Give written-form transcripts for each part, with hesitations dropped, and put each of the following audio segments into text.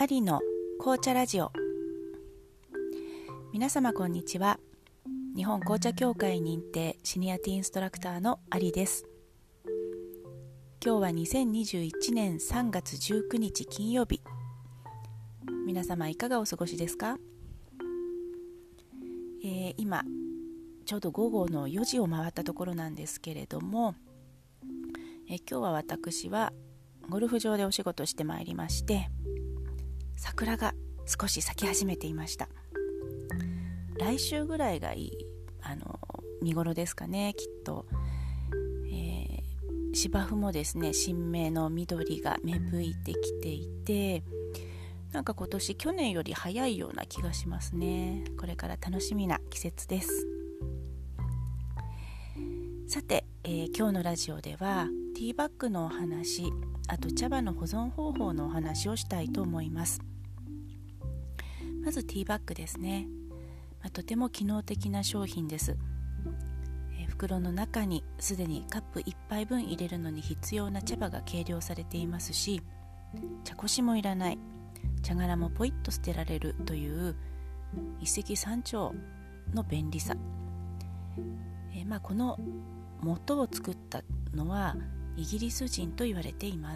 アリの紅茶ラジオ。皆様こんにちは。日本紅茶協会認定シニアティーインストラクターのアリです。今日は2021年3月19日金曜日。皆様いかがお過ごしですか？今ちょうど午後の4時を回ったところなんですけれども、今日は私はゴルフ場でお仕事してまいりまして、桜が少し咲き始めていました。来週ぐらいがいい見頃ですかね、きっと。芝生もですね、新芽の緑が芽吹いてきていて、なんか今年去年より早いような気がしますね。これから楽しみな季節です。さて、今日のラジオではティーバッグのお話、あと茶葉の保存方法のお話をしたいと思います。まずティーバッグですね。とても機能的な商品です。袋の中にすでにカップ1杯分入れるのに必要な茶葉が計量されていますし、茶こしもいらない、茶殻もポイッと捨てられるという一石三鳥の便利さ。この元を作ったのはイギリス人と言われています。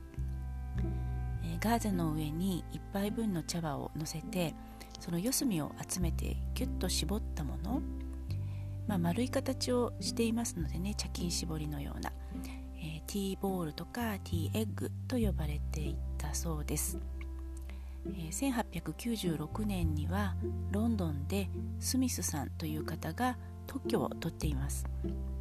ガーゼの上に1杯分の茶葉を乗せて、その四隅を集めてギュッと絞ったもの、丸い形をしていますのでね、茶巾絞りのような、ティーボールとかティーエッグと呼ばれていたそうです。1896年にはロンドンでスミスさんという方が特許を取っています。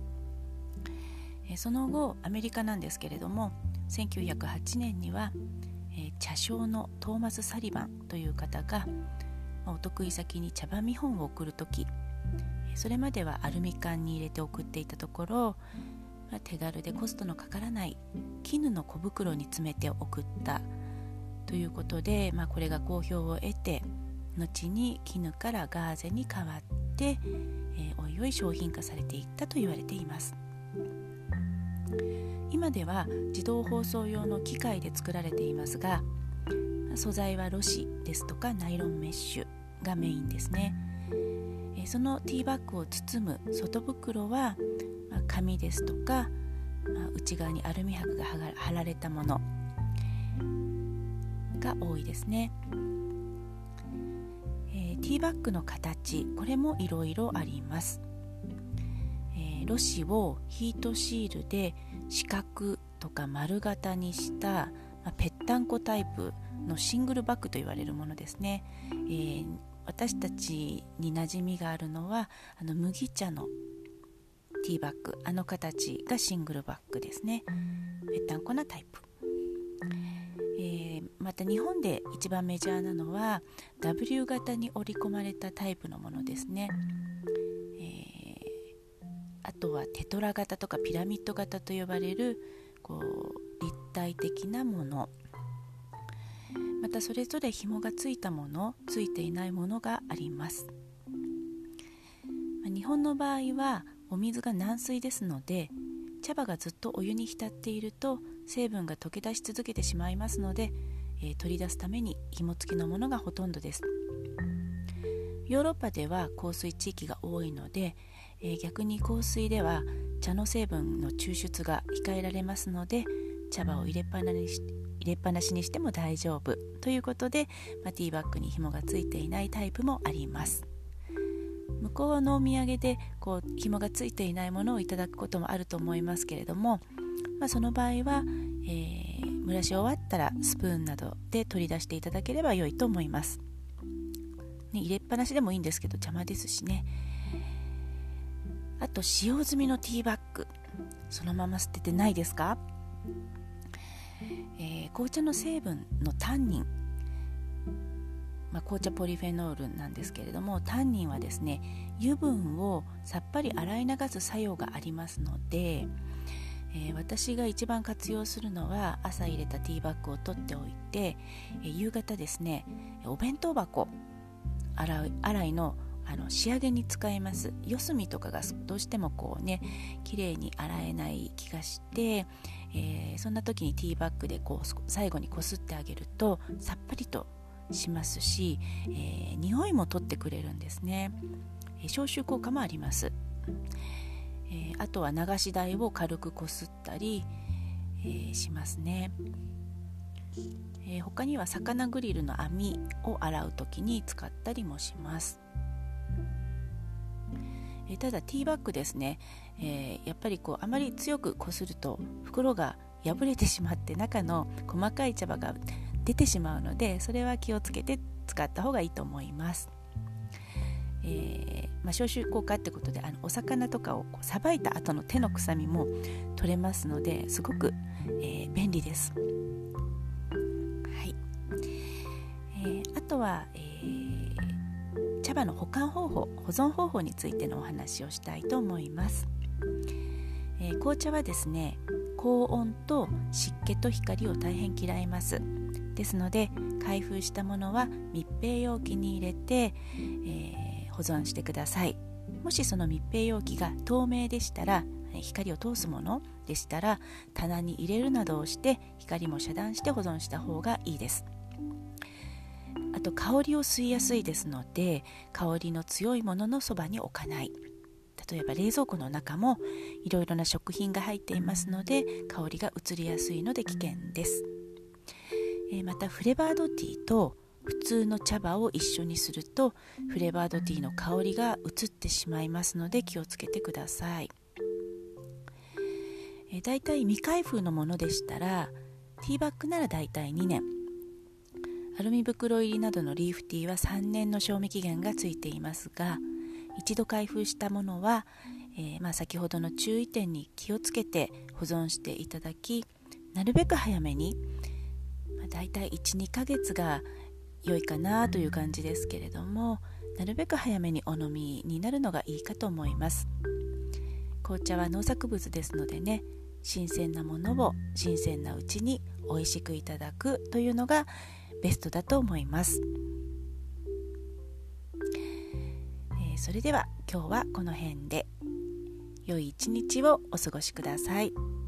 その後アメリカなんですけれども、1908年には、茶商のトーマス・サリバンという方が、お得意先に茶葉見本を送るとき、それまではアルミ缶に入れて送っていたところ、手軽でコストのかからない絹の小袋に詰めて送ったということで、これが好評を得て、後に絹からガーゼに変わって、おいおい商品化されていったと言われています。今では自動包装用の機械で作られていますが、素材はロシですとかナイロンメッシュがメインですね。そのティーバッグを包む外袋は、紙ですとか、内側にアルミ箔が貼られたものが多いですね。ティーバッグの形、これもいろいろあります。ロシをヒートシールで四角とか丸型にした、ぺったんこタイプのシングルバッグと言われるものですね。私たちに馴染みがあるのは麦茶のティーバッグ、形がシングルバッグですね。ぺったんこなタイプ。また日本で一番メジャーなのは W 型に織り込まれたタイプのものですね。あとはテトラ型とかピラミッド型と呼ばれる立体的なもの、またそれぞれ紐がついたもの、ついていないものがあります。日本の場合はお水が軟水ですので、茶葉がずっとお湯に浸っていると成分が溶け出し続けてしまいますので、取り出すために紐付きのものがほとんどです。ヨーロッパでは硬水地域が多いので、逆に硬水では茶の成分の抽出が控えられますので、茶葉を入れっぱなしにしても大丈夫ということで、ティーバッグに紐がついていないタイプもあります。向こうのお土産で紐がついていないものをいただくこともあると思いますけれども、その場合は、蒸らし終わったらスプーンなどで取り出していただければ良いと思います。入れっぱなしでもいいんですけど邪魔ですしね。あと使用済みのティーバッグ、そのまま捨ててないですか？紅茶の成分のタンニン、紅茶ポリフェノールなんですけれども、タンニンはですね、油分をさっぱり洗い流す作用がありますので、私が一番活用するのは、朝入れたティーバッグを取っておいて、夕方ですね、お弁当箱洗いの仕上げに使います。四隅とかがどうしても綺麗に洗えない気がして、 そんな時にティーバッグで最後にこすってあげるとさっぱりとしますし、匂いも取ってくれるんですね。消臭効果もあります。あとは流し台を軽くこすったり、しますね。他には魚グリルの網を洗う時に使ったりもします。ただティーバッグですね、やっぱりあまり強くこすると袋が破れてしまって中の細かい茶葉が出てしまうので、それは気をつけて使った方がいいと思います。消臭効果ってことでお魚とかをさばいた後の手の臭みも取れますので、すごく、便利です。はい。あとは、茶葉の保存方法についてのお話をしたいと思います。紅茶はですね、高温と湿気と光を大変嫌います。ですので開封したものは密閉容器に入れて、保存してください。もしその密閉容器が透明でしたら、光を通すものでしたら棚に入れるなどをして光も遮断して保存した方がいいです。あと香りを吸いやすいですので、香りの強いもののそばに置かない。例えば冷蔵庫の中もいろいろな食品が入っていますので香りが移りやすいので危険です。またフレバードティーと普通の茶葉を一緒にするとフレバードティーの香りが移ってしまいますので気をつけてください。だいたい未開封のものでしたらティーバッグならだいたい2年、アルミ袋入りなどのリーフティーは3年の賞味期限がついていますが、一度開封したものは、先ほどの注意点に気をつけて保存していただき、なるべく早めに、だいたい 1,2 ヶ月が良いかなという感じですけれども、なるべく早めにお飲みになるのがいいかと思います。紅茶は農作物ですのでね、新鮮なものを新鮮なうちに美味しくいただくというのがベストだと思います。それでは今日はこの辺で良い一日をお過ごしください。